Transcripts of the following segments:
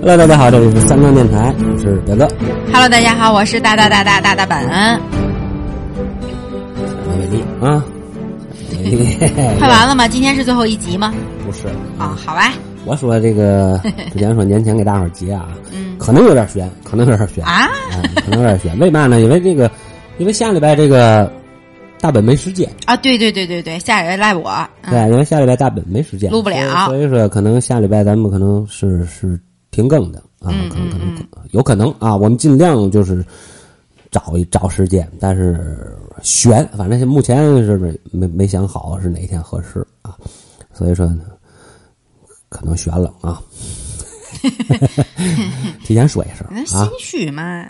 Hello， 大家好，这里是三更电台，我是表哥。 Hello， 大家好，我是大本。 美丽啊， 快完了吗？今天是最后一集吗？ 不是啊，好吧。 我说这个之前说年前给大伙儿结啊，可能有点悬，啊，可能有点悬。为嘛呢？因为下礼拜这个大本没时间啊。对，下礼拜赖我。 对，因为下礼拜大本没时间， 录不了， 所以说可能下礼拜咱们可能是停更的啊，可能有可能啊，我们尽量就是找时间，但是悬，反正目前是没想好是哪天合适啊，所以说呢，可能悬了啊。提前说一声啊， 心虚嘛。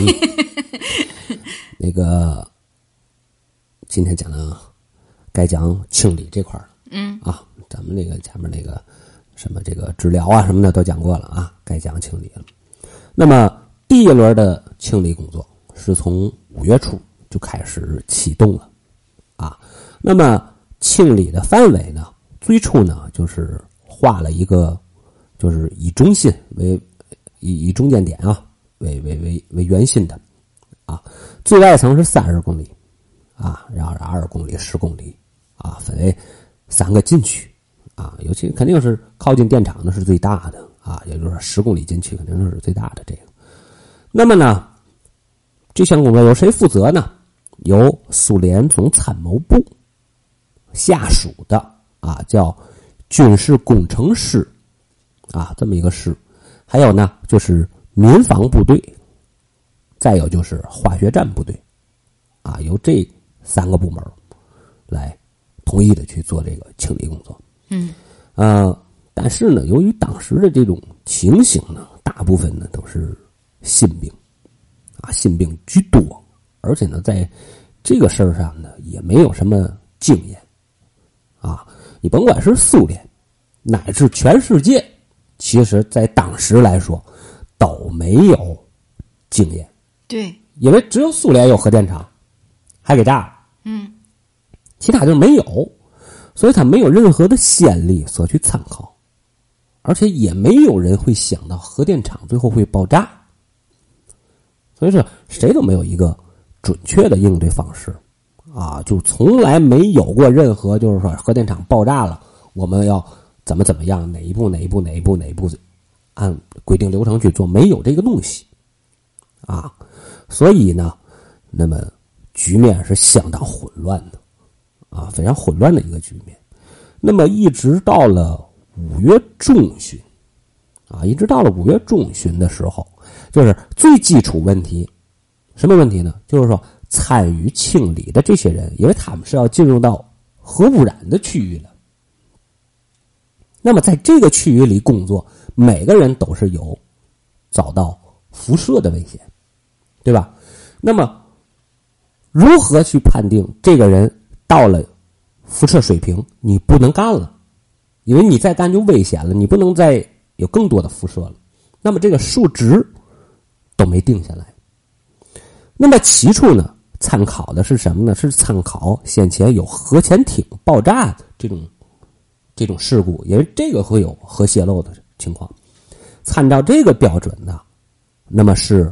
那个今天讲的该讲清理这块儿，啊，咱们那个前面那个什么这个治疗啊什么的都讲过了啊，该讲清理了。那么第一轮的清理工作是从5月初就开始启动了啊。那么清理的范围呢，最初呢就是画了一个，就是以中心为以中间点啊为圆心的啊，最外层是30公里啊，然后20公里、10公里啊，分为3个禁区啊，尤其肯定是靠近电厂的是最大的啊，也就是说10公里禁区肯定是最大的这个。那么呢，这项工作由谁负责呢？由苏联总参谋部下属的啊，叫军事工程师啊，这么一个师，还有呢就是民防部队，再有就是化学站部队啊，由这3个部门来统一的去做这个清理工作。但是呢，由于当时的这种情形呢，大部分呢都是新兵啊，新兵居多，而且呢，在这个事儿上呢，也没有什么经验啊。你甭管是苏联乃至全世界，其实在当时来说都没有经验。 对， 因为只有苏联有核电厂，还给炸了。其他就没有，所以他没有任何的先例所去参考，而且也没有人会想到核电厂最后会爆炸。所以说谁都没有一个准确的应对方式啊，就从来没有过任何就是说核电厂爆炸了我们要怎么样，哪一步按规定流程去做，没有这个东西啊。所以呢，那么局面是相当混乱的啊，非常混乱的一个局面。那么一直到了5月中旬啊，一直到了5月中旬的时候，就是最基础问题，什么问题呢？就是说参与清理的这些人，因为他们是要进入到核污染的区域了。那么在这个区域里工作，每个人都是有遭到辐射的危险，对吧？那么如何去判定这个人到了辐射水平，你不能干了，因为你再干就危险了，你不能再有更多的辐射了。那么这个数值都没定下来。那么起初呢，参考的是什么呢？是参考先前有核潜艇爆炸这种事故，因为这个会有核泄漏的情况。参照这个标准呢，那么是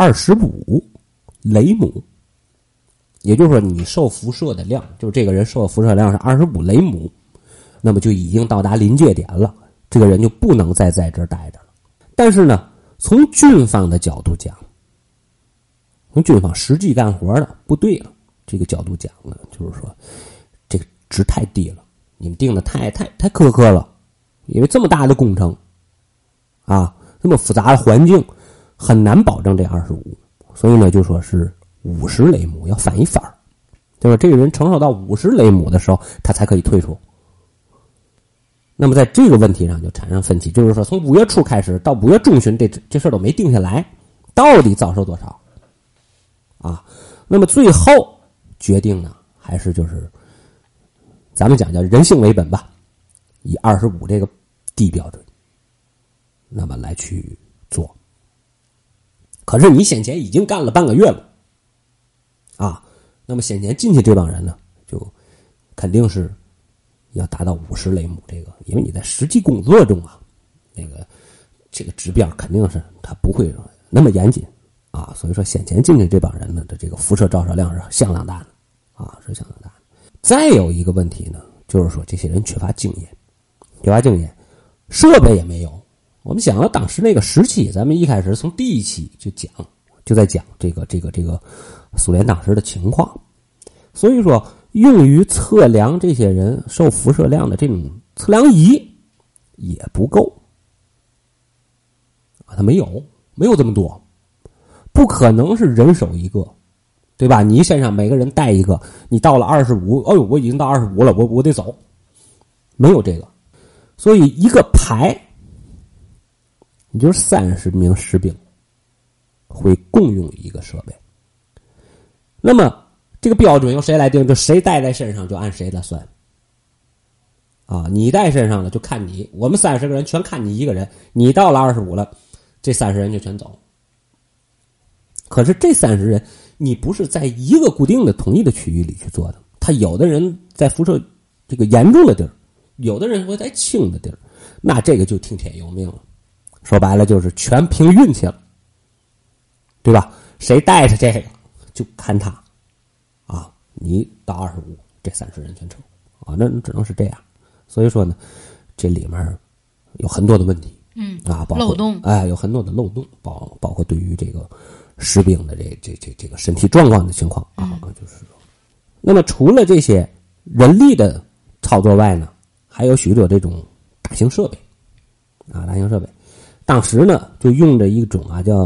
25雷姆，也就是说你受辐射的量，就是这个人受的辐射量是25雷姆，那么就已经到达临界点了，这个人就不能再在这儿待着了。但是呢，从军方的角度讲，从军方实际干活的部队了这个角度讲呢，就是说这个值太低了，你们定的太苛刻了，因为这么大的工程啊，这么复杂的环境，很难保证这25，所以呢就说是50雷姆，要翻一番，对吧？这个人承受到50雷姆的时候，他才可以退出。那么在这个问题上就产生分歧，就是说从5月初开始到5月中旬，这事儿都没定下来，到底遭受多少啊？那么最后决定呢，还是就是咱们讲叫人性为本吧，以25这个低标准，那么来去做。可是你先前已经干了半个月了啊，那么先前进去这帮人呢，就肯定是要达到50雷姆这个，因为你在实际工作中啊，那个这个指标肯定是它不会那么严谨啊，所以说先前进去这帮人呢的这个辐射照射量是相当大的啊，是相当大的。再有一个问题呢，就是说这些人缺乏经验，设备也没有。我们想到当时那个时期，咱们一开始从第一期就在讲这个苏联当时的情况，所以说用于测量这些人受辐射量的这种测量仪也不够啊，他没有这么多，不可能是人手一个，对吧？你身上每个人带一个，你到了25，哎呦，我已经到25了，我得走，没有这个，所以一个排，你就是30名士兵会共用一个设备。那么这个标准由谁来定？就谁带在身上就按谁来算啊！你带身上了就看你，我们30个人全看你一个人，你到了25了，这30人就全走。可是这30人你不是在一个固定的统一的区域里去做的，他有的人在辐射这个严重的地儿，有的人会在轻的地儿，那这个就听天由命了。说白了就是全凭运气了，对吧？谁带着这个就看他啊，你到25，这30人全抽啊，那只能是这样。所以说呢，这里面有很多的问题，包括漏洞， 有很多的漏洞，包括对于这个士兵的这个身体状况的情况啊，就是说，那么除了这些人力的操作外呢，还有许多这种大型设备啊，大型设备。当时呢，就用着一种叫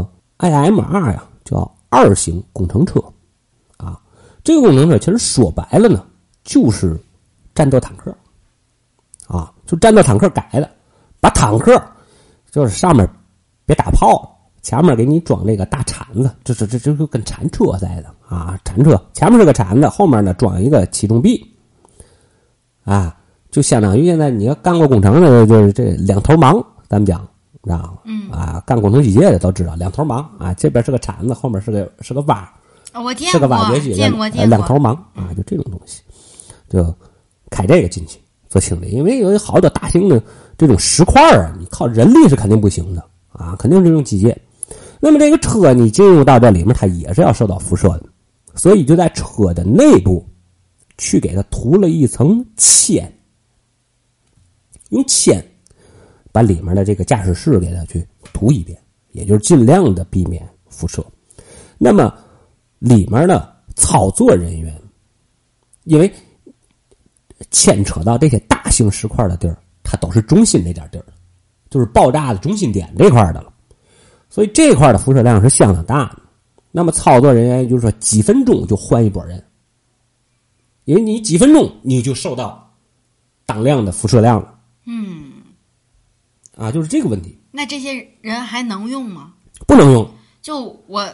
IMR 呀，叫2型工程车啊。这个工程车其实说白了呢，就是战斗坦克啊，就战斗坦克改的，把坦克就是上面别打炮，前面给你装这个大铲子，这就跟铲车似的啊，铲车前面是个铲子，后面呢装一个起重臂啊，就相当于现在你要干过工程的，就是这两头忙，咱们讲。知道吗？干工程机械的都知道，两头忙啊，这边是个铲子，后面是个挖， 我见过， 是个挖掘机， 见过， 两头忙啊，就这种东西，就开这个进去做清理，因为有好多大型的这种石块啊，你靠人力是肯定不行的啊，肯定是用机械。那么这个车你进入到这里面，它也是要受到辐射的，所以就在车的内部去给它涂了一层铅，用铅把里面的这个驾驶室给它去涂一遍，也就是尽量的避免辐射。那么里面的操作人员，因为牵扯到这些大型石块的地儿，它都是中心这点地儿，就是爆炸的中心点这块的了，所以这块的辐射量是相当大的。那么操作人员就是说几分钟就换一拨人，因为你几分钟你就受到当量的辐射量了。就是这个问题。 那这些人还能用吗？ 不能用。 就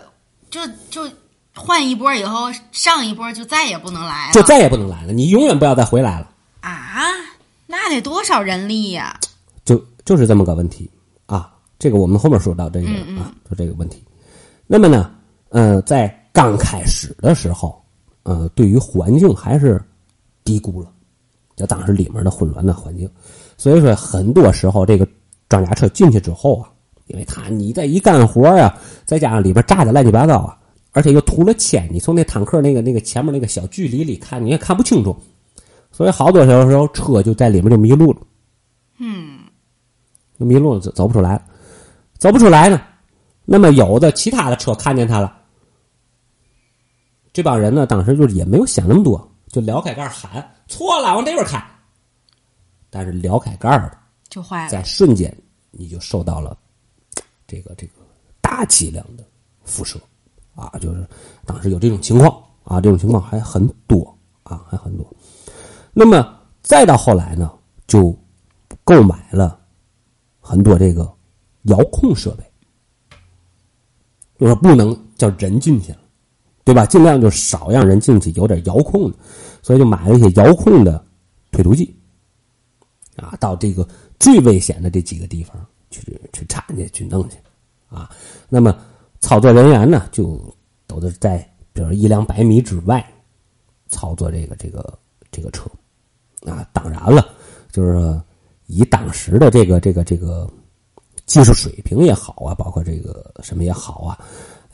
换一波以后，上一波就再也不能来了。 就再也不能来了，你永远不要再回来了。 啊，那得多少人力呀？ 就是这么个问题啊。这个我们后面说到这个就这个问题。那么呢，在刚开始的时候，对于环境还是低估了，就当时里面的混乱的环境。所以说，很多时候这个装甲车进去之后啊，因为你在一干活啊，再加上里边炸的乱七八糟啊，而且又涂了铅，你从那坦克那个前面那个小距离里看，你也看不清楚，所以好多时候车就在里面就迷路了。就迷路了，走不出来了。走不出来呢，那么有的其他的车看见他了，这帮人呢，当时就是也没有想那么多，就撩开盖喊错了，往这边开。但是撩开盖的就坏了， 在瞬间你就受到了这个大剂量的辐射啊，就是当时有这种情况啊，这种情况还很多啊，还很多。那么再到后来呢，就购买了很多这个遥控设备，就是不能叫人进去了，对吧？尽量就少让人进去，有点遥控的，所以就买了一些遥控的推土机啊，到这个最危险的这几个地方去铲去，去弄去啊。那么操作人员呢，就都是在比如100-200米之外操作这个车啊。当然了，就是说以当时的这个技术水平也好啊，包括这个什么也好啊，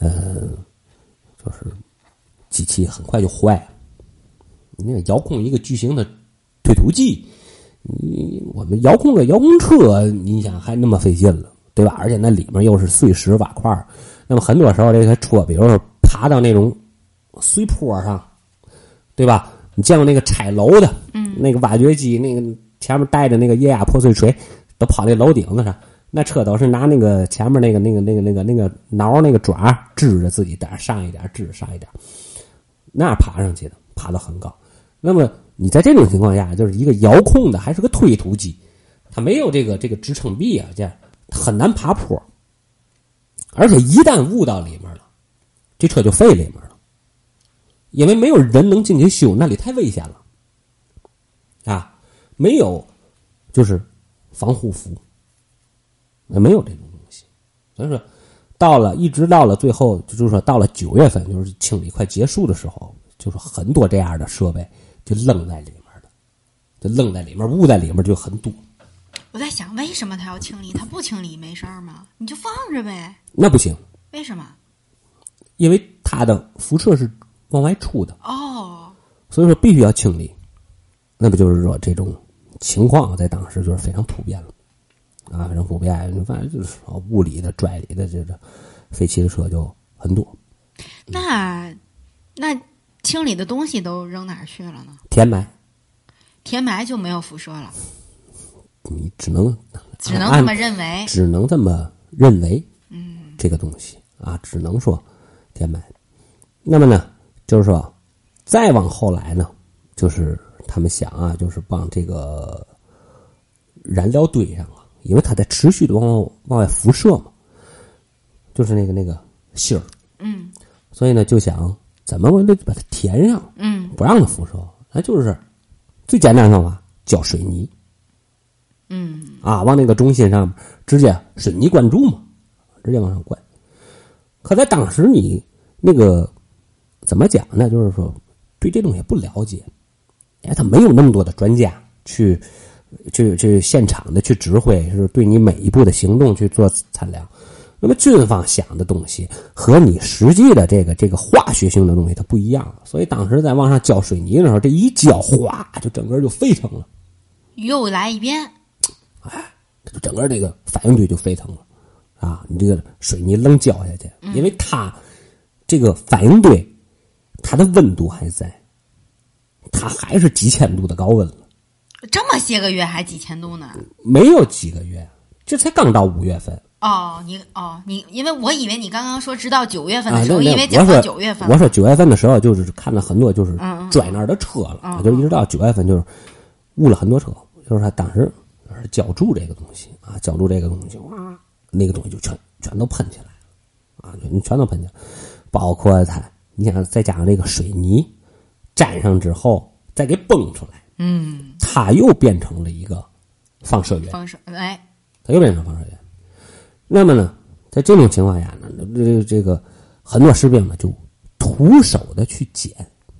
就是机器很快就坏了。你那个遥控一个巨型的推土机，我们遥控个遥控车，你想还那么费劲了，对吧？而且那里面又是碎石瓦块，那么很多时候这个车，比如说爬到那种碎坡上，对吧？你见过那个拆楼的，那个挖掘机，那个前面带着那个液压破碎锤，都跑那楼顶子上，那车都是拿那个前面那个挠那个爪支着自己点上一点，支着上一点，那样爬上去的，爬得很高。那么你在这种情况下，就是一个遥控的，还是个推土机，它没有这个支撑臂啊，这样很难爬坡，而且一旦误到里面了，这车就废里面了，因为没有人能进去修，那里太危险了啊！没有就是防护服，没有这种东西，所以说一直到了最后，就是说到了9月份，就是清理快结束的时候，就是很多这样的设备就扔在里面的，就扔在里面，捂在里面就很多。 我在想，为什么他要清理？他不清理没事儿吗？你就放着呗。 那不行。 为什么？ 因为它的辐射是往外出的。 哦。 所以说必须要清理。那不就是说这种情况在当时就是非常普遍了。啊，非常普遍，反正就是屋里的、拽里的这个废弃的车就很多。 那清理的东西都扔哪儿去了呢？ 填埋。 填埋就没有辐射了。 你只能这么认为， 只能这么认为。这个东西啊，只能说填埋。那么呢，就是说再往后来呢，就是他们想啊，就是往这个燃料堆上啊，因为它在持续的往外辐射嘛，就是那个芯儿。所以呢，就想怎么我得把它填上，不让它辐射。那就是最简单的方法，浇水泥。往那个中心上直接水泥灌注嘛，直接往上灌。可在当时你那个怎么讲呢？就是说对这东西不了解，他没有那么多的专家去现场的去指挥，是对你每一步的行动去做参量。那么军方想的东西和你实际的这个化学性的东西它不一样，所以当时在往上浇水泥的时候，这一浇哗就整个就沸腾了。 又来一遍。 这整个这个反应堆就沸腾了啊！你这个水泥扔浇下去，因为它这个反应堆它的温度还在，它还是几千度的高温了。 这么些个月还几千度呢？ 没有几个月，这才刚到5月份。 你因为我以为你刚刚说直到9月份的时候，因为讲到9月份， 我说9月份的时候，就是看到很多就是拽那儿的车了，就一直到9月份就是误了很多车，就是他当时浇筑这个东西啊，浇筑这个东西，哇，那个东西就全都喷起来了啊，全都喷起来，包括它，你想再加上那个水泥沾上之后再给崩出来，它又变成了一个放射源，它又变成放射源。那么呢，在这种情况下呢，这个很多士兵呢就徒手的去捡，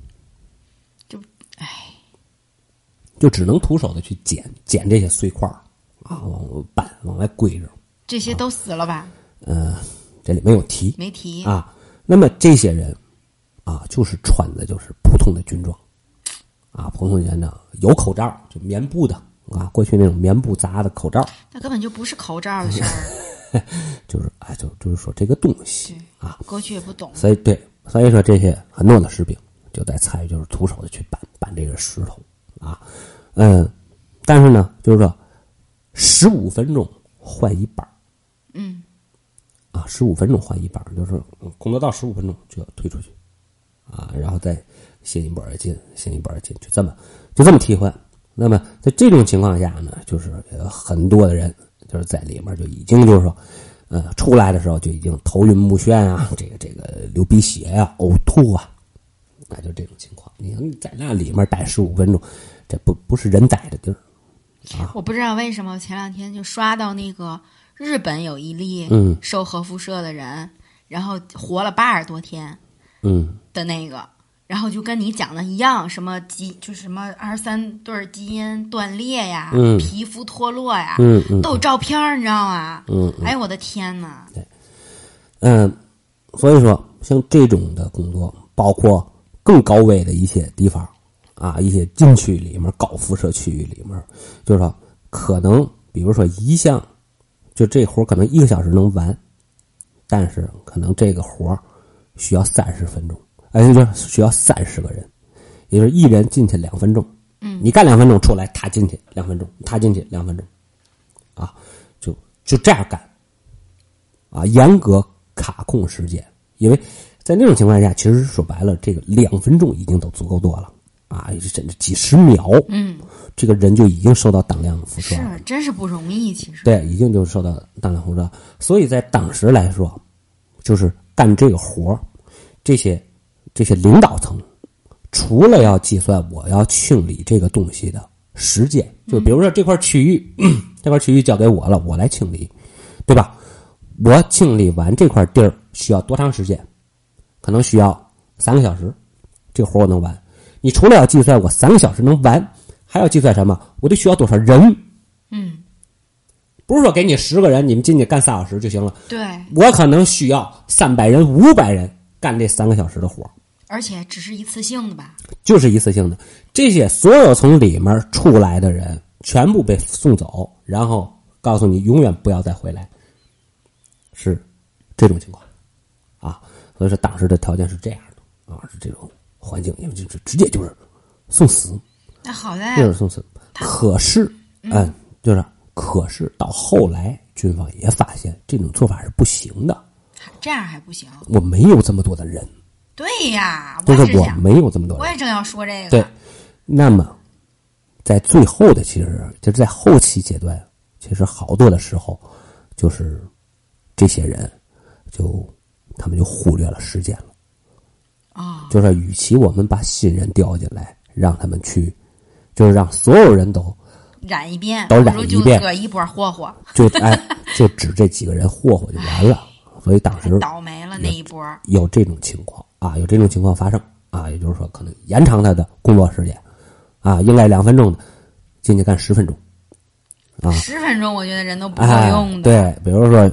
就只能徒手的去捡这些碎块啊，往外归着。 这些都死了吧？ 这里没有提， 没提啊。那么这些人啊，就是穿的就是普通的军装啊，普通军装，有口罩，就棉布的啊，过去那种棉布扎的口罩。 那根本就不是口罩的事儿。 就是说这个东西啊， 过去也不懂。 所以说这些很多的士兵就在参与，就是徒手的去搬这个石头啊，但是呢，就是说15分钟换一班，15分钟换一班，就是工作到15分钟就要退出去啊，然后再新一波儿进，就这么替换。那么在这种情况下呢，就是很多的人就是在里面就已经就是说，出来的时候就已经头晕目眩啊，这个流鼻血啊，呕吐啊，那就这种情况。你看在那里面待15分钟，这不是人待的地儿啊！ 我不知道为什么前2天就刷到那个日本有一例受核辐射的人，然后活了80多天，的那个， 然后就跟你讲的一样，什么就是什么23对基因断裂呀，皮肤脱落呀，都有照片，你知道吗？哎呦我的天哪！ 对，所以说像这种的工作，包括更高危的一些地方啊，一些禁区里面、高辐射区域里面，就是说可能比如说一项，就这活可能1个小时能完，但是可能这个活需要30分钟，就是需要30个人，也就是一人进去2分钟。你干2分钟出来，他进去2分钟，他进去2分钟，啊，就这样干，啊，严格卡控时间，因为在那种情况下，其实说白了，这个2分钟已经都足够多了啊，甚至几十秒，这个人就已经受到当量的辐射了， 是，真是不容易，其实对，已经就受到当量辐射，所以在当时来说，就是干这个活，这些领导层，除了要计算我要清理这个东西的时间，就比如说这块区域，这块区域交给我了，我来清理，对吧？我清理完这块地儿需要多长时间？可能需要3个小时，这个活我能完。你除了要计算我3个小时能完，还要计算什么？我得需要多少人？不是说给你10个人，你们进去干3小时就行了。 对， 我可能需要300人、500人干这3个小时的活， 而且只是一次性的吧？ 就是一次性的。这些所有从里面出来的人，全部被送走，然后告诉你永远不要再回来，是这种情况啊。所以说当时的条件是这样的啊，是这种环境，因为就是直接就是送死。 那好嘞， 就是送死。可是，就是可是到后来，军方也发现这种做法是不行的。 这样还不行？ 我没有这么多的人。 对呀， 就是我没有这么多人。 我也正要说这个。 对，那么在最后的，其实就是在后期阶段，其实好多的时候，就是这些人他们就忽略了时间了。就是与其我们把新人调进来，让他们去，就是让所有人都染一遍， 都染一遍， 搁一波霍霍， 就指这几个人霍霍就完了。所以当时倒霉了那一波， 有这种情况啊，有这种情况发生啊，也就是说可能延长他的工作时间啊，应该2分钟的进去干10分钟啊 ，10分钟我觉得人都不够用的。 对，比如说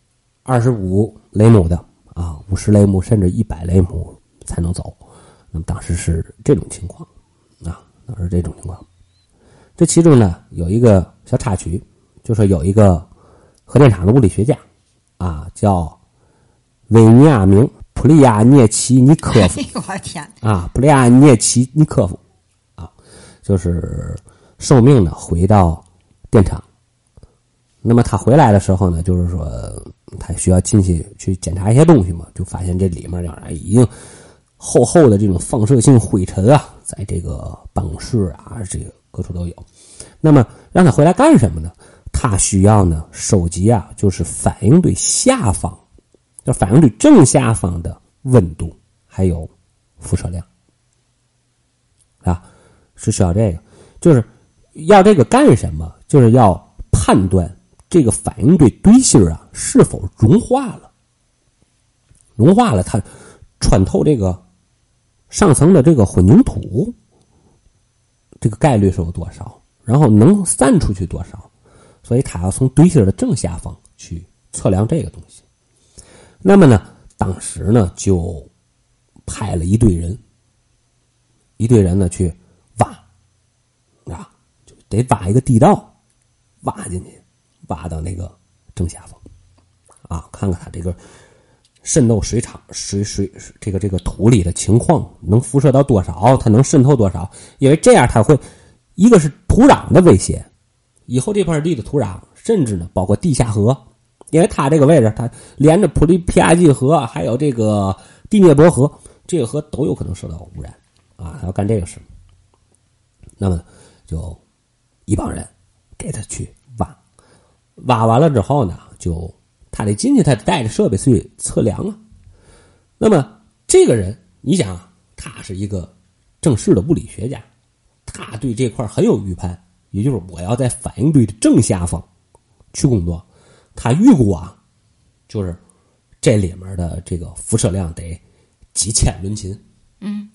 25雷姆的啊，50雷姆甚至100雷姆才能走。那么当时是这种情况啊，当时这种情况。这其中呢有一个小插曲，就是有一个核电厂的物理学家啊，叫维尼亚明·普利亚涅奇尼科夫。 哎呦我天！ 啊，普利亚涅奇尼科夫啊，就是受命呢回到电厂。那么他回来的时候呢，就是说他需要进去检查一些东西嘛，就发现这里面已经厚厚的这种放射性灰尘啊，在这个办公室啊，这个各处都有。那么让他回来干什么呢？他需要呢收集啊，就是反应堆下方，就反应堆正下方的温度还有辐射量啊，是需要这个，就是要这个干什么？就是要判断这个反应堆堆芯啊是否融化了，融化了它穿透这个上层的这个混凝土，这个概率是有多少，然后能散出去多少，所以他要从堆芯的正下方去测量这个东西。那么呢，当时呢就派了一队人呢去挖啊，就得挖一个地道，挖进去，挖到那个正下方啊，看看它这个渗透水这个土里的情况能辐射到多少，它能渗透多少，因为这样它会一个是土壤的威胁，以后这块地的土壤甚至呢包括地下河，因为它这个位置它连着普利皮亚季河还有这个第聂伯河，这个河都有可能受到污染啊，还要干这个事。那么就一帮人给他去挖完了之后呢，就他得进去，他得带着设备去测量啊。那么这个人你想他是一个正式的物理学家，他对这块很有预判，也就是我要在反应堆的正下方去工作，他预估啊，就是这里面的这个辐射量得几千伦琴。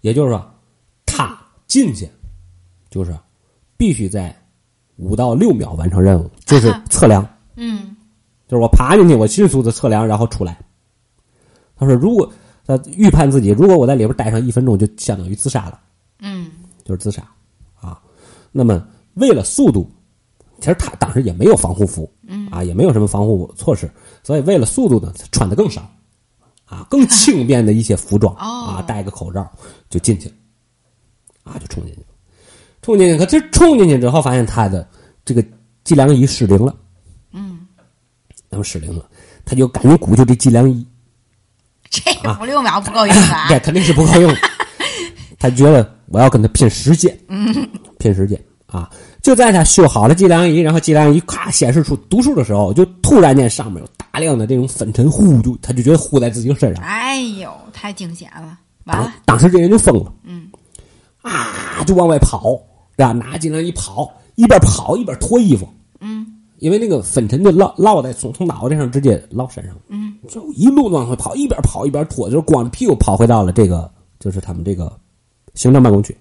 也就是说，他进去就是必须在5到6秒完成任务，就是测量。就是我爬进去，我迅速的测量，然后出来。他说，如果他预判自己，如果我在里边待上1分钟，就相当于自杀了。就是自杀啊。那么为了速度，其实他当时也没有防护服，也没有什么防护措施，所以为了速度呢，穿的更少，更轻便的一些服装戴个口罩就进去了，就冲进去，可这冲进去之后，发现他的这个计量仪失灵了，那么失灵了，他就赶紧鼓救这计量仪， 这5、6秒不够用啊， 对，肯定是不够用。他觉得我要跟他拼时间，拼时间啊！就在他修好了计量仪，然后计量仪咔显示出读数的时候，就突然间上面有大量的这种粉尘他就觉得糊在自己身上。 哎呦，太惊险了！完了， 当时这人就疯了，就往外跑，拿计量仪跑，一边跑一边脱衣服，因为那个粉尘就落在从脑袋上直接落身上，就一路往回跑，一边跑一边脱，就是光着屁股跑回到了这个，就是他们这个行政办公区，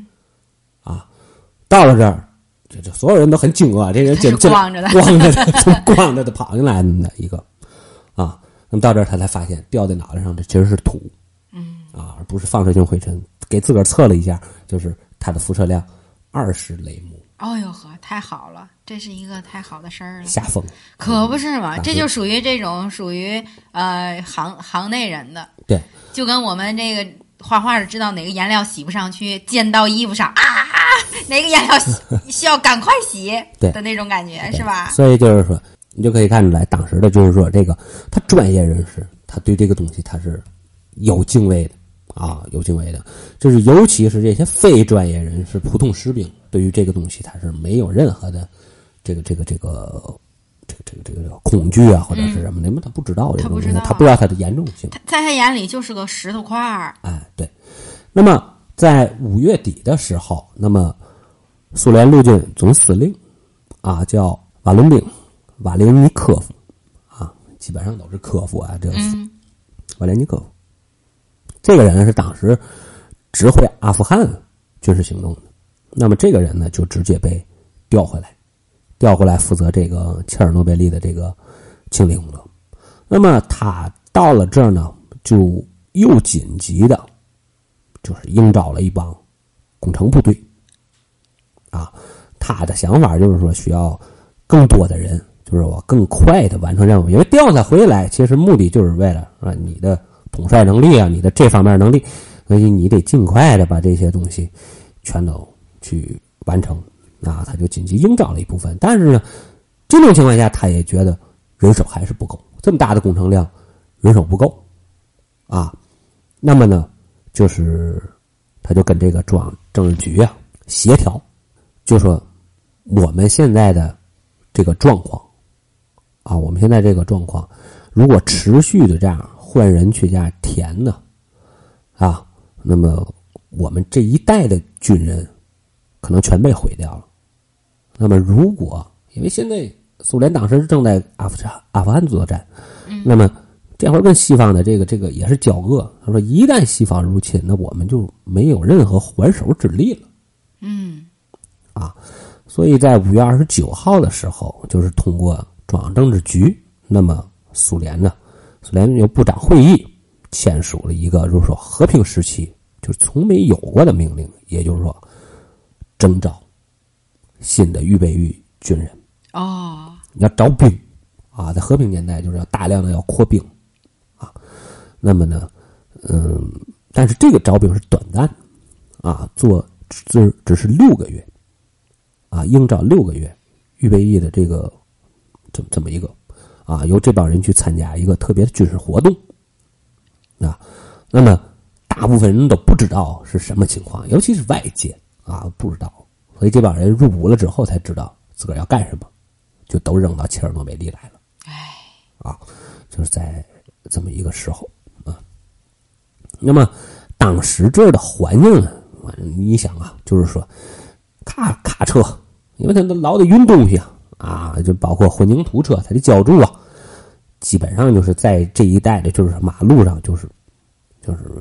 到了这儿，这所有人都很惊愕，这人光着的， 光着的跑进来的一个，那么到这儿他才发现掉在脑袋上的其实是土，而不是放射性灰尘，给自个儿测了一下，就是它的辐射量20雷姆。 哦呦呵，太好了，这是一个太好的事儿了。 吓疯， 可不是嘛？这就属于行内人的， 对， 就跟我们这个画画的知道哪个颜料洗不上去，溅到衣服上哪个颜料需要赶快洗的那种感觉，是吧？ 所以就是说，你就可以看出来，当时的就是说，这个他专业人士，他对这个东西他是有敬畏的。有敬畏的，就是尤其是这些非专业人士、普通士兵，对于这个东西他是没有任何的这个恐惧或者是什么的，因为他不知道这个东西，他不知道它的严重性， 在他眼里就是个石头块儿。 对。那么在5月底的时候，那么苏联陆军总司令叫瓦伦尼科夫基本上都是科夫这个瓦连尼科夫。这个人是当时指挥阿富汗军事行动的，那么这个人呢就直接被调回来负责这个切尔诺贝利的这个清理工作。那么他到了这儿呢，就又紧急的就是应召了一帮工程部队他的想法就是说需要更多的人，就是我更快的完成任务，因为调他回来其实目的就是为了你的统帅能力你的这方面能力，所以你得尽快的把这些东西全都去完成。他就紧急应召了一部分，但是呢，这种情况下他也觉得人手还是不够，这么大的工程量，人手不够那么呢，就是他就跟这个中央政治局协调，就说我们现在的这个状况如果持续的这样换人去这样填呢那么我们这一代的军人可能全被毁掉了。那么如果因为现在苏联当时正在阿富汗作战，那么这会儿跟西方的这个也是交恶，他说一旦西方入侵，那我们就没有任何还手之力了。所以在5月29号的时候，就是通过中央政治局，那么苏联有部长会议签署了一个就是说和平时期就是从没有过的命令，也就是说征召新的预备役军人要招兵在和平年代就是要大量的要扩兵那么呢但是这个招兵是短暂做只是6个月应召6个月预备役的这个这么一个由这帮人去参加一个特别的军事活动那么大部分人都不知道是什么情况，尤其是外界不知道，所以这帮人入伍了之后才知道自个儿要干什么，就都扔到切尔诺贝利来了就是在这么一个时候那么当时这儿的环境呢，你想就是说卡车，因为它老得运东西就包括混凝土车，它的浇筑基本上就是在这一带的就是马路上就是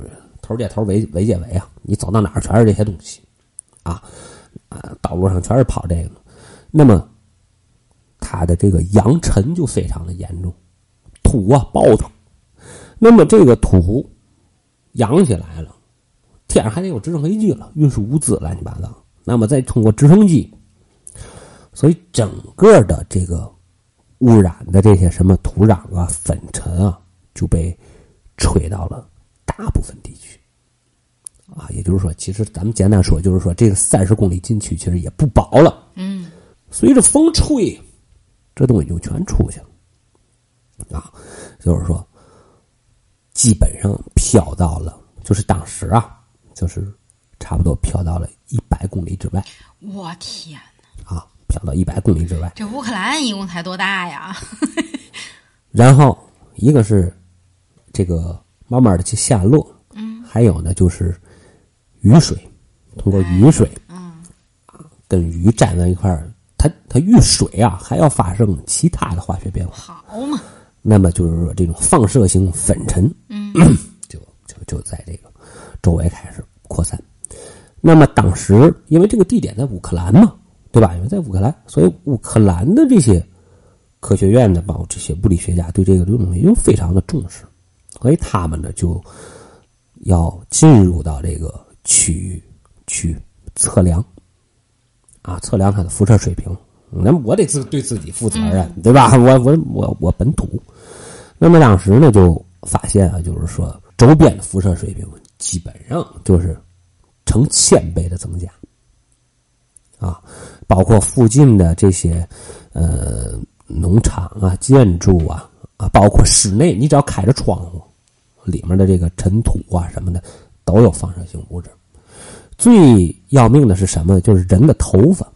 头接头尾接尾啊，你走到哪儿全是这些东西啊，道路上全是跑这个，那么它的这个扬尘就非常的严重，土啊暴腾，那么这个土扬起来了，天上还得有直升飞机了，运输物资乱七八糟，那么再通过直升机，所以整个的这个污染的这些什么土壤啊粉尘啊就被吹到了大部分地区啊，也就是说其实咱们简单说就是说这个30公里禁区其实也不薄了，随着风吹这东西就全出去了啊，就是说基本上飘到了，就是当时啊就是差不多飘到了100公里之外。 我天哪！啊，飘到100公里之外。 这乌克兰一共才多大呀？ 然后一个是这个慢慢的去下落，还有呢就是雨水，通过雨水，跟雨沾在一块儿，它遇水啊还要发生其他的化学变化。 好嘛。 那么就是说这种放射性粉尘，就在这个周围开始扩散。那么当时因为这个地点在乌克兰嘛，对吧？因为在乌克兰，所以乌克兰的这些科学院的包括这些物理学家对这个东西又非常的重视，所以他们呢就要进入到这个区域去测量啊，测量它的辐射水平。那么我得对自己负责任，对吧？我本土。那么当时呢就发现啊，就是说周边的辐射水平基本上就是成1000倍的增加啊，包括附近的这些农场啊、建筑啊，包括室内，你只要开着窗户，里面的这个尘土啊什么的都有放射性物质。最要命的是什么？就是人的头发，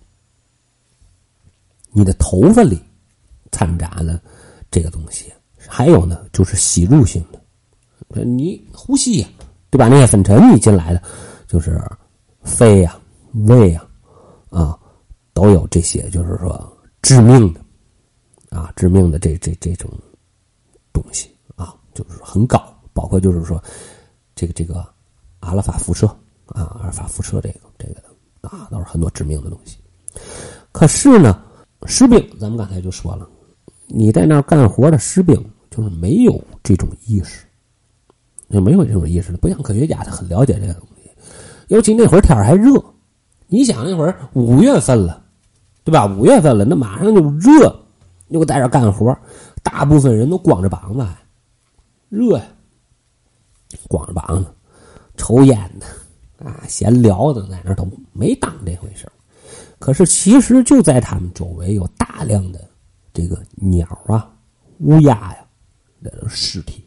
你的头发里掺杂了这个东西。还有呢，就是吸入性的，你呼吸呀，对吧？那些粉尘你进来的，就是肺呀、胃呀，都有这些，就是说致命的这种东西啊，就是很高，包括就是说这个阿尔法辐射啊，阿尔法辐射这个的啊，都是很多致命的东西。可是呢，士兵咱们刚才就说了，你在那儿干活的士兵就是没有这种意识，就没有这种意识的，不像科学家他很了解这个东西。尤其那会儿天还热，你想那会儿5月份了，对吧？5月份了，那马上就热，又在这干活，大部分人都光着膀子，热呀，光着膀子，抽烟的啊，闲聊的，在那都没当这回事。可是其实就在他们周围有大量的这个鸟啊、乌鸦呀的尸体。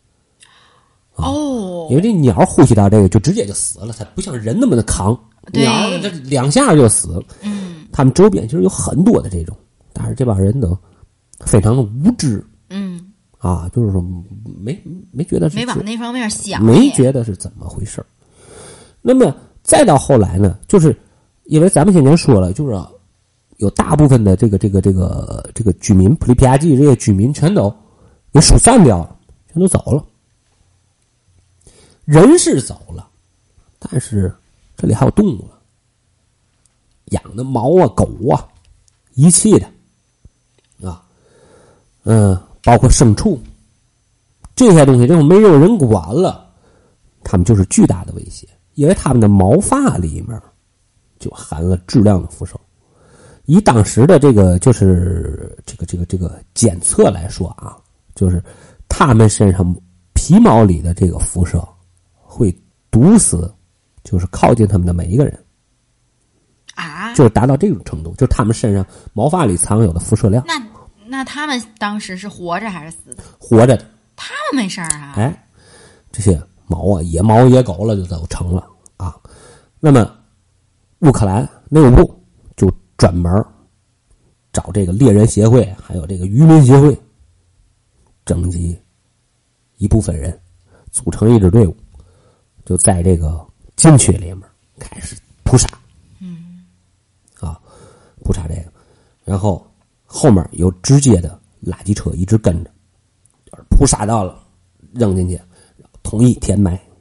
因为这鸟呼吸到这个就直接就死了，它不像人那么的扛，鸟这2下就死了。他们周边其实有很多的这种，但是这帮人都非常的无知。就是说没觉得是， 没往那方面想， 没觉得是怎么回事。那么再到后来呢，就是因为咱们先前说了，就是有大部分的这个居民，普里皮亚季这些居民全都给疏散掉了，全都走了。人是走了，但是这里还有动物了，养的猫啊、狗啊，遗弃的啊，包括牲畜这些东西，这种没有人管了，他们就是巨大的威胁，因为他们的毛发里面就含了质量的辐射。以当时的这个就是这个检测来说啊，就是他们身上皮毛里的这个辐射会毒死，就是靠近他们的每一个人啊， 就是达到这种程度，就是他们身上毛发里藏有的辐射量。 那他们当时是活着还是死的？ 活着的。 他们没事啊。 这些猫啊，野猫野狗了就都成了啊。那么乌克兰内务部就专门找这个猎人协会还有这个渔民协会征集一部分人，组成一支队伍，就在这个禁区里面开始扑杀。扑杀这个，然后后面有直接的垃圾车一直跟着，扑杀到了扔进去，统一填埋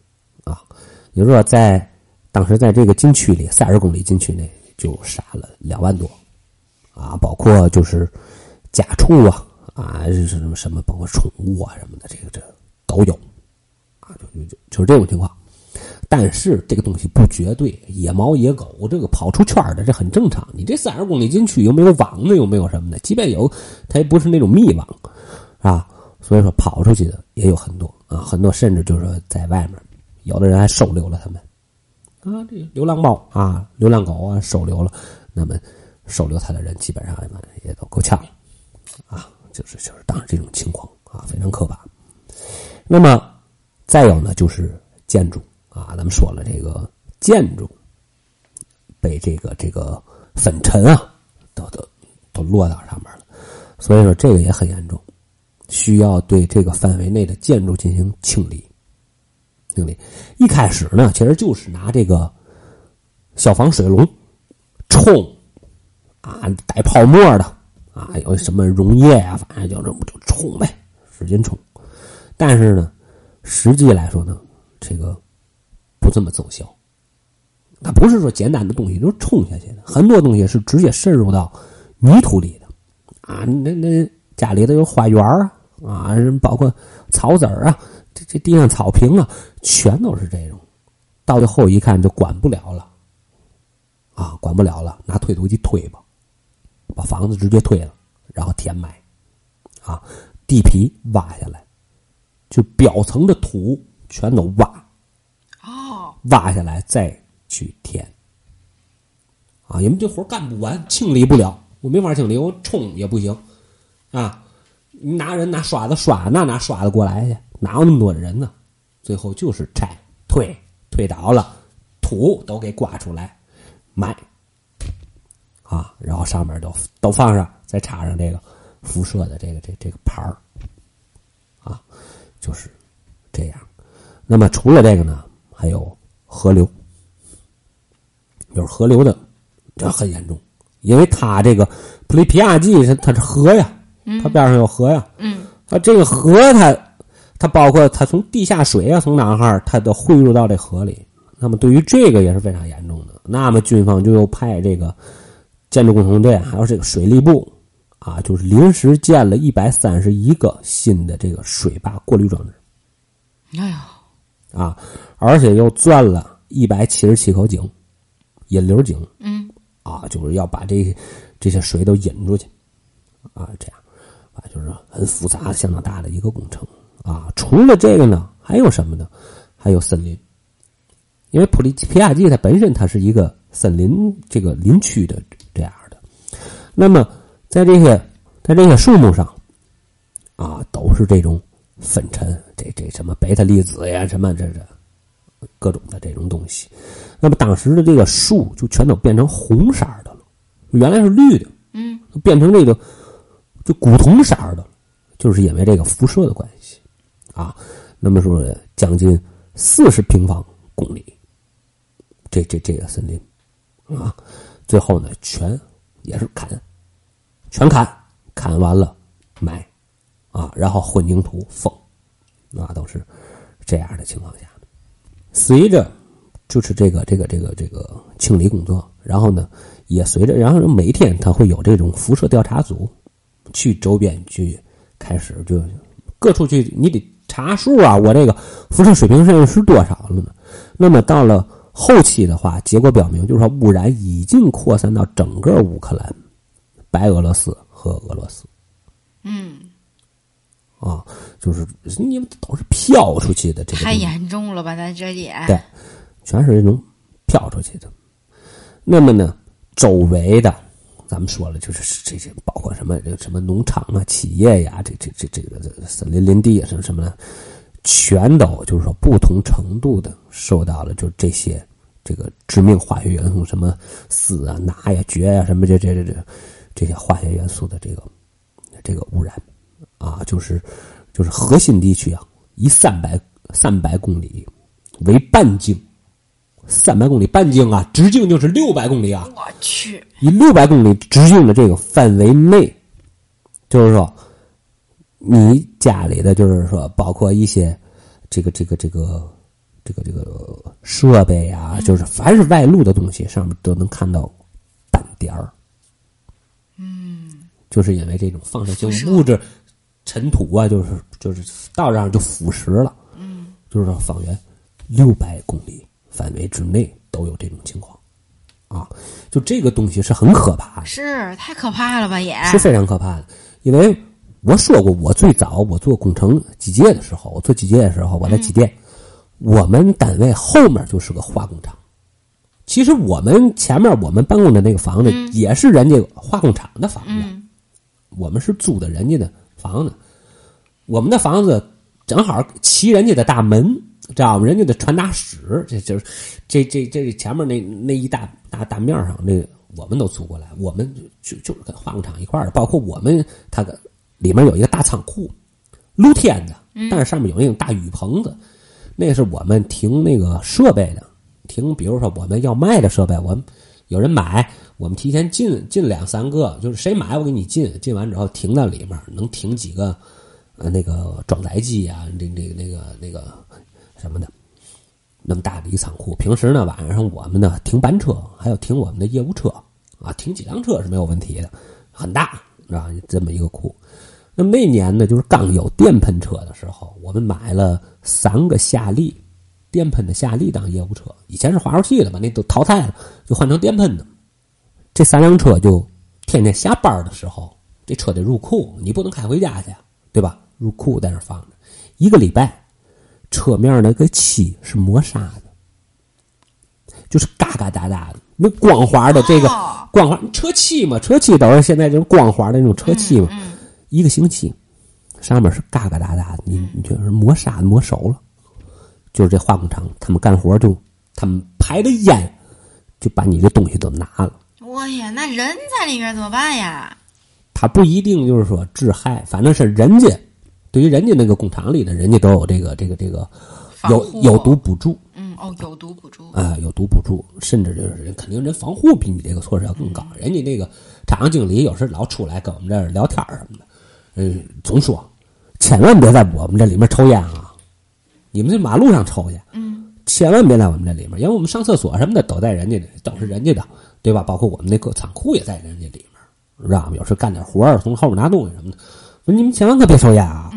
啊，也就是说当时在这个禁区里30公里禁区内就杀了2万多啊，包括就是家畜啊什么包括宠物啊什么的，这都有啊，就是这种情况。但是这个东西不绝对，野猫野狗这个跑出圈的这很正常。你这30公里禁区有没有网呢？有没有什么的？即便有，它也不是那种密网啊。所以说跑出去的也有很多啊，很多甚至就是说在外面，有的人还收留了他们啊，这流浪猫啊、流浪狗啊收留了，那么收留他的人基本上也都够呛啊，就是当时这种情况啊非常可怕。那么再有呢就是建筑啊，咱们说了这个建筑被这个粉尘啊都落到上面了，所以说这个也很严重。需要对这个范围内的建筑进行清理。一开始呢，其实就是拿这个消防水龙冲啊，带泡沫的啊，有什么溶液啊，反正就冲呗，使劲冲。但是呢，实际来说呢，这个不这么奏效。它不是说简单的东西都冲下去的，很多东西是直接渗入到泥土里的啊。那家里头有花园啊，包括草籽啊，这地上草坪啊，全都是这种。到最后一看就管不了了，啊，管不了了，拿推土机推吧，把房子直接推了，然后填埋，啊，地皮挖下来，就表层的土全都挖，挖下来再去填，啊，因为这活干不完，清理不了，我没法清理，我冲也不行，啊。你拿刷子刷，拿刷子过来去，哪有那么多的人呢？最后就是拆推倒了，土都给刮出来，埋啊，然后上面都放上，再插上这个辐射的这个牌儿啊，就是这样。那么除了这个呢，还有河流，就是河流的，这很严重，因为它这个普利皮亚季它是河呀。它边上有河呀，这个河它包括它从地下水啊，从哪哈它都汇入到这河里。那么对于这个也是非常严重的。那么军方就又派这个建筑工程队还有这个水利部啊，就是临时建了131个新的这个水坝过滤装置。 哎呀， 啊，而且又钻了177口井，引流井。啊，就是要把这些水都引出去啊，这样。就是很复杂相当大的一个工程啊！除了这个呢，还有什么呢？还有森林，因为普利皮亚季它本身它是一个森林这个林区的这样的。那么在这些树木上啊，都是这种粉尘，这什么贝塔粒子呀，什么这各种的这种东西。那么当时的这个树就全都变成红色的了，原来是绿的，变成这个。就古铜色的，就是因为这个辐射的关系啊。那么说，将近40平方公里，这个森林啊，最后呢，全也是全砍完了埋啊，然后混凝土封啊，都是这样的情况下。随着就是这个清理工作，然后呢，也随着，然后每天他会有这种辐射调查组。去周边去开始就各处去，你得查数啊，我这个辐射水平是多少了呢？那么到了后期的话，结果表明就是说污染已经扩散到整个乌克兰、白俄罗斯和俄罗斯。啊，就是你们都是飘出去的，这个太严重了吧？咱这里对，全是这种飘出去的。那么呢，周围的。咱们说了，就是这些包括什么农场啊、企业呀，这个森林林地啊，什么的，全都就是说不同程度的受到了就这些这个致命化学元素，什么锶啊、钠呀、钾呀，什么这些化学元素的这个污染啊，就是核心地区啊，以300公里为半径。300公里半径啊，直径就是600公里啊！ 我去， 以600公里直径的这个范围内，就是说，你家里的就是说，包括一些这个这个设备啊，就是凡是外露的东西上面都能看到斑点儿。就是因为这种放射性物质尘土啊，就是到这儿就腐蚀了。就是说方圆600公里范围之内都有这种情况啊，就这个东西是很可怕的， 是太可怕了吧，也是非常可怕的。因为我说过，我最早我做工程机械的时候，我做机械的时候，我在机电，我们单位后面就是个化工厂。其实我们前面我们办公的那个房子也是人家化工厂的房子，我们是租的人家的房子，我们的房子正好骑人家的大门，知道吗？人家的传达室，这就是这前面那一大面上，那我们都租过来，我们就是跟化工厂一块儿的，包括我们它的里面有一个大仓库，露天的，但是上面有那种大雨棚子，那是我们停那个设备的，停比如说我们要卖的设备，我们有人买，我们提前进2-3个，就是谁买我给你进完之后停到里面，能停几个那个装载机啊，那个什么的，那么大的一仓库。平时呢晚上我们呢停班车，还有停我们的业务车啊，停几辆车是没有问题的，很大，知道吧？这么一个库。那么那年呢，就是刚有电喷车的时候，我们买了3个夏利，电喷的夏利当业务车。以前是滑手器的嘛，那都淘汰了，就换成电喷的。这3辆车就天天下班的时候，这车得入库，你不能开回家去，对吧？入库在那放着，1个礼拜，车面那个漆是磨砂的，就是嘎嘎哒哒的，那光滑的这个光滑车漆嘛，车漆都是现在就是光滑的那种车漆嘛，1个星期，上面是嘎嘎哒哒的，你就是磨砂磨熟了，就是这化工厂他们干活就他们排的烟，就把你这东西都拿了。 我呀，那人在里面怎么办呀？ 他不一定就是说致害，反正是人家。对于人家那个工厂里的，人家都有这个有毒补助， 有毒补助啊，有毒补助，甚至就是肯定人防护比你这个措施要更高。人家那个厂经理有时老出来跟我们这儿聊天什么的，总说千万别在我们这里面抽烟啊，你们这马路上抽去，千万别在我们这里面，因为我们上厕所什么的都在人家的，都是人家的，对吧？包括我们那个仓库也在人家里面，让我们有时干点活从后面拿东西什么的。你们千万可别抽烟啊！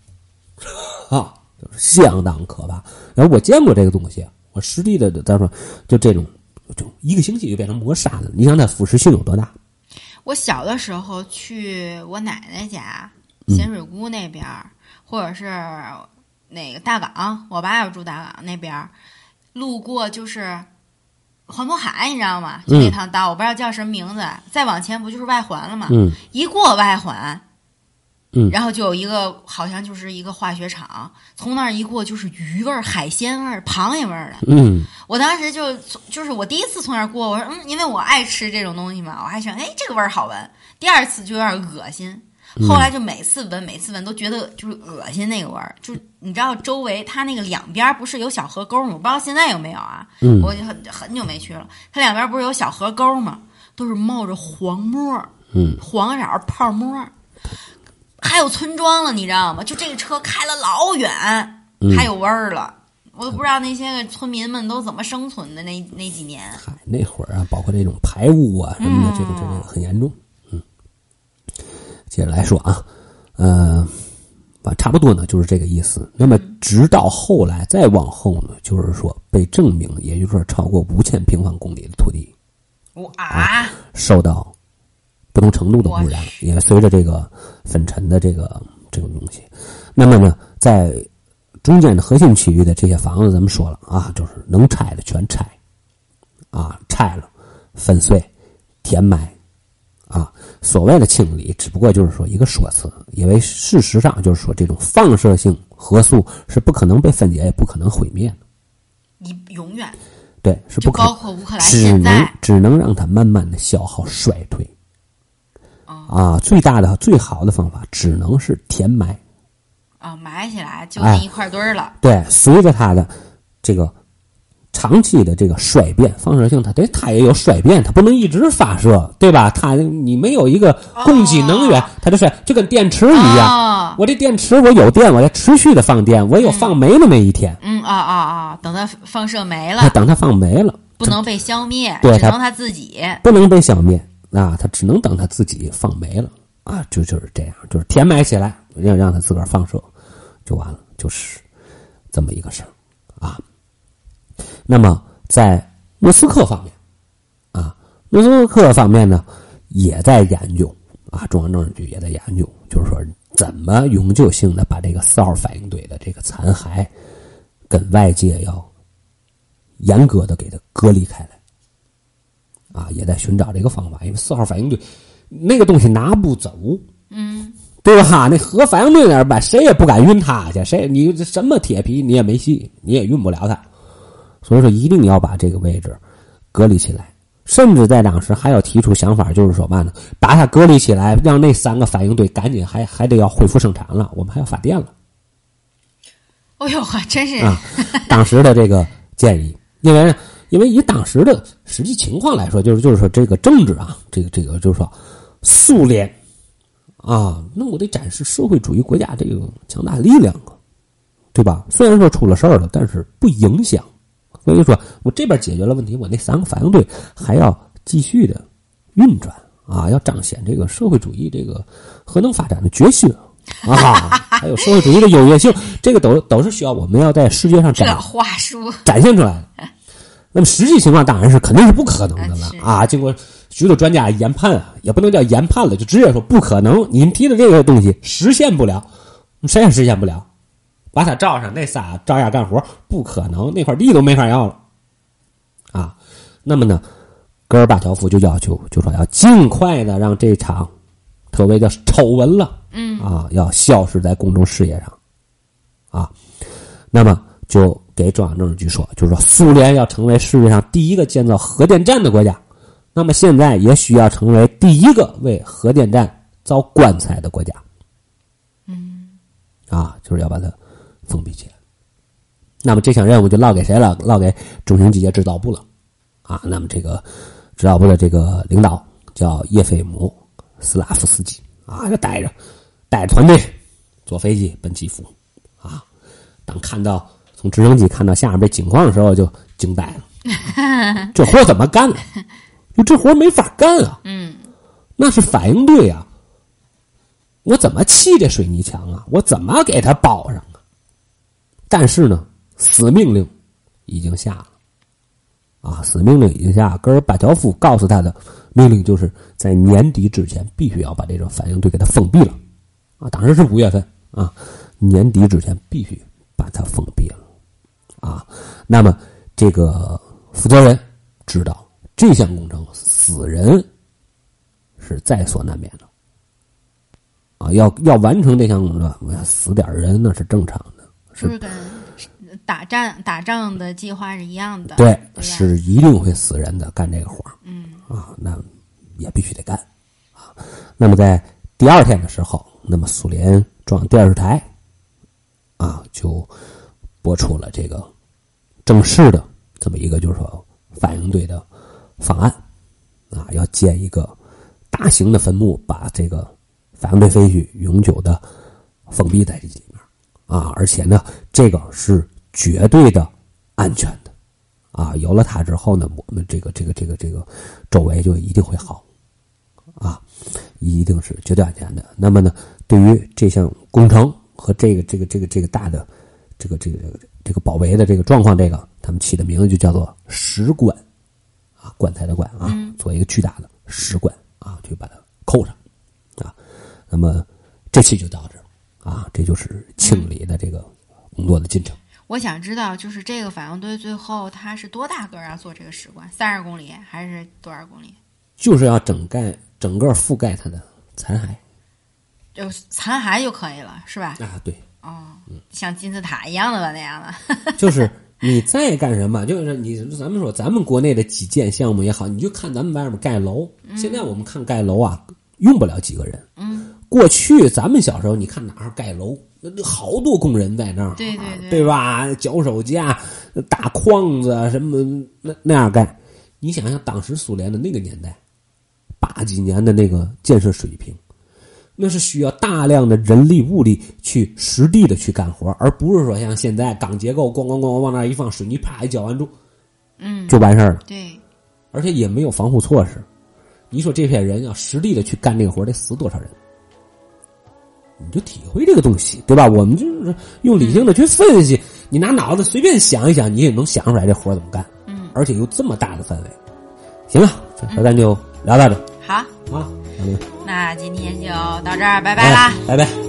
就是相当可怕。然后我见过这个东西，我实地的咱说，就这种，就1个星期就变成磨砂了。你想它腐蚀性有多大？ 我小的时候去我奶奶家咸水沽那边，或者是那个大港，我爸要住大港那边，路过就是环渤海，你知道吗？就那趟道，我不知道叫什么名字。再往前不就是外环了吗？一过外环。然后就有一个好像就是一个化学厂，从那儿一过就是鱼味儿、海鲜味儿、螃蟹味儿的。我当时就是我第一次从那儿过，我说因为我爱吃这种东西嘛，我还想这个味儿好闻。第二次就有点恶心，后来就每次闻都觉得就是恶心那个味儿。就你知道周围它那个两边不是有小河沟吗？我不知道现在有没有啊？我很久没去了。它两边不是有小河沟吗？都是冒着黄沫，黄色泡沫。还有村庄了，你知道吗？就这个车开了老远，还有味儿了。我都不知道那些个村民们都怎么生存的那几年。 那会儿啊，包括这种排污啊什么的，这个很严重。接着来说啊，差不多呢，就是这个意思。那么直到后来再往后呢，就是说被证明，也就是说超过5000平方公里的土地，受到不同程度的污染，也随着这个粉尘的这个东西。那么呢，在中间的核心区域的这些房子，咱们说了啊，就是能拆的全拆，拆了，粉碎，填埋，所谓的清理，只不过就是说一个说辞，因为事实上就是说这种放射性核素是不可能被分解，也不可能毁灭的， 你永远对是不可能， 包括乌克兰现在只能让它慢慢的消耗衰退。最大的最好的方法只能是填埋， 埋起来就那一块堆儿了。 对，随着它的这个长期的这个衰变，放射性它也有衰变，它不能一直发射，对吧？你没有一个供给能源，它就衰，就跟电池一样。我这电池我有电，我在持续的放电，我有放没那么一天。 等它放射没了， 等它放没了， 不能被消灭， 对， 只能它自己不能被消灭啊，它只能等它自己放没了啊，就是这样，就是填埋起来，让它自个儿放射就完了，就是这么一个事儿啊。那么在莫斯科方面啊，莫斯科方面呢也在研究啊，中央政治局也在研究，就是说怎么永久性的把这个4号反应堆的这个残骸跟外界要严格的给它隔离开来啊，也在寻找这个方法，因为4号反应堆那个东西拿不走，对吧？那核反应堆那儿吧，谁也不敢运它去，你什么铁皮你也没戏，你也运不了它，所以说一定要把这个位置隔离起来。甚至在当时还要提出想法，就是说嘛呢，把它隔离起来，让那3个反应堆赶紧还得要恢复生产了，我们还要发电了。 哎呦，真是啊！当时的这个建议，因为以当时的实际情况来说，就是说这个政治啊，这个就是说苏联啊，那我得展示社会主义国家这个强大力量啊，对吧？虽然说出了事儿了，但是不影响。所以说我这边解决了问题，我那3个反应堆还要继续的运转啊，要彰显这个社会主义这个核能发展的决心啊，还有社会主义的优越性，这个都是需要我们要在世界上这话术展现出来的。那么实际情况当然是肯定是不可能的了啊！经过许多专家研判啊，也不能叫研判了，就直接说不可能。你们提的这个东西实现不了，谁也实现不了。把它罩上，那仨照样干活，不可能，那块地都没法要了啊。那么呢，戈尔巴乔夫就要求，就说要尽快的让这场特谓叫丑闻了，要消失在公众视野上啊。那么就给中央政治局说，就是说苏联要成为世界上第一个建造核电站的国家，那么现在也需要成为第一个为核电站造棺材的国家。就是要把它封闭起来。那么这项任务就落给谁了？落给中型机械制造部了啊。那么这个制造部的这个领导叫叶菲姆斯拉夫斯基啊，就带着团队坐飞机奔基辅啊。当看到从直升机看到下面这景况的时候，就惊呆了。这活怎么干呢？就这活没法干啊。那是反应堆啊，我怎么砌这水泥墙啊？我怎么给它包上啊？但是呢，死命令已经下了啊！死命令已经下了。戈尔巴乔夫告诉他的命令就是在年底之前必须要把这种反应堆给它封闭了啊！当时是5月份啊，年底之前必须把它封闭了啊！那么这个负责人知道这项工程死人是在所难免的啊！要完成这项工作，死点人那是正常的， 是跟打仗的计划是一样的。 对，是一定会死人的，干这个活那也必须得干啊。那么在第2天的时候，那么苏联中央电视台啊就播出了这个正式的这么一个就是说反应堆的方案啊，要建一个大型的坟墓，把这个反应堆废墟永久的封闭在这里面啊，而且呢，这个是绝对的安全的啊。有了它之后呢，我们这个周围就一定会好啊，一定是绝对安全的。那么呢，对于这项工程和这个大的这个保卫的这个状况，他们起的名字就叫做石棺啊，棺材的棺啊，做一个巨大的石棺啊，就把它扣上啊。那么这期就到这儿啊，这就是清理的这个工作的进程。 我想知道，就是这个反应堆最后它是多大个啊？做这个石棺30公里还是多少公里？就是要整个覆盖它的残骸， 就残骸就可以了，是吧？ 啊，对。 像金字塔一样的吧，那样的。 就是你再干什么，就是咱们说咱们国内的基建项目也好，你就看咱们外面盖楼。现在我们看盖楼啊，用不了几个人。过去咱们小时候，你看哪儿盖楼，好多工人在那儿，对吧？脚手架、大框子什么那样盖。你想想当时苏联的那个年代，80几年的那个建设水平， 那是需要大量的人力物力去实地的去干活，而不是说像现在钢结构咣咣咣往那一放，水泥啪一浇完住，就完事儿了。 对， 而且也没有防护措施。你说这些人要实地的去干这个活，得死多少人？你就体会这个东西，对吧？我们就是用理性的去分析，你拿脑子随便想一想，你也能想出来这活怎么干。而且有这么大的范围。行了，这咱就聊到这。 好啊， 那今天就到这儿，拜拜啦， 拜拜。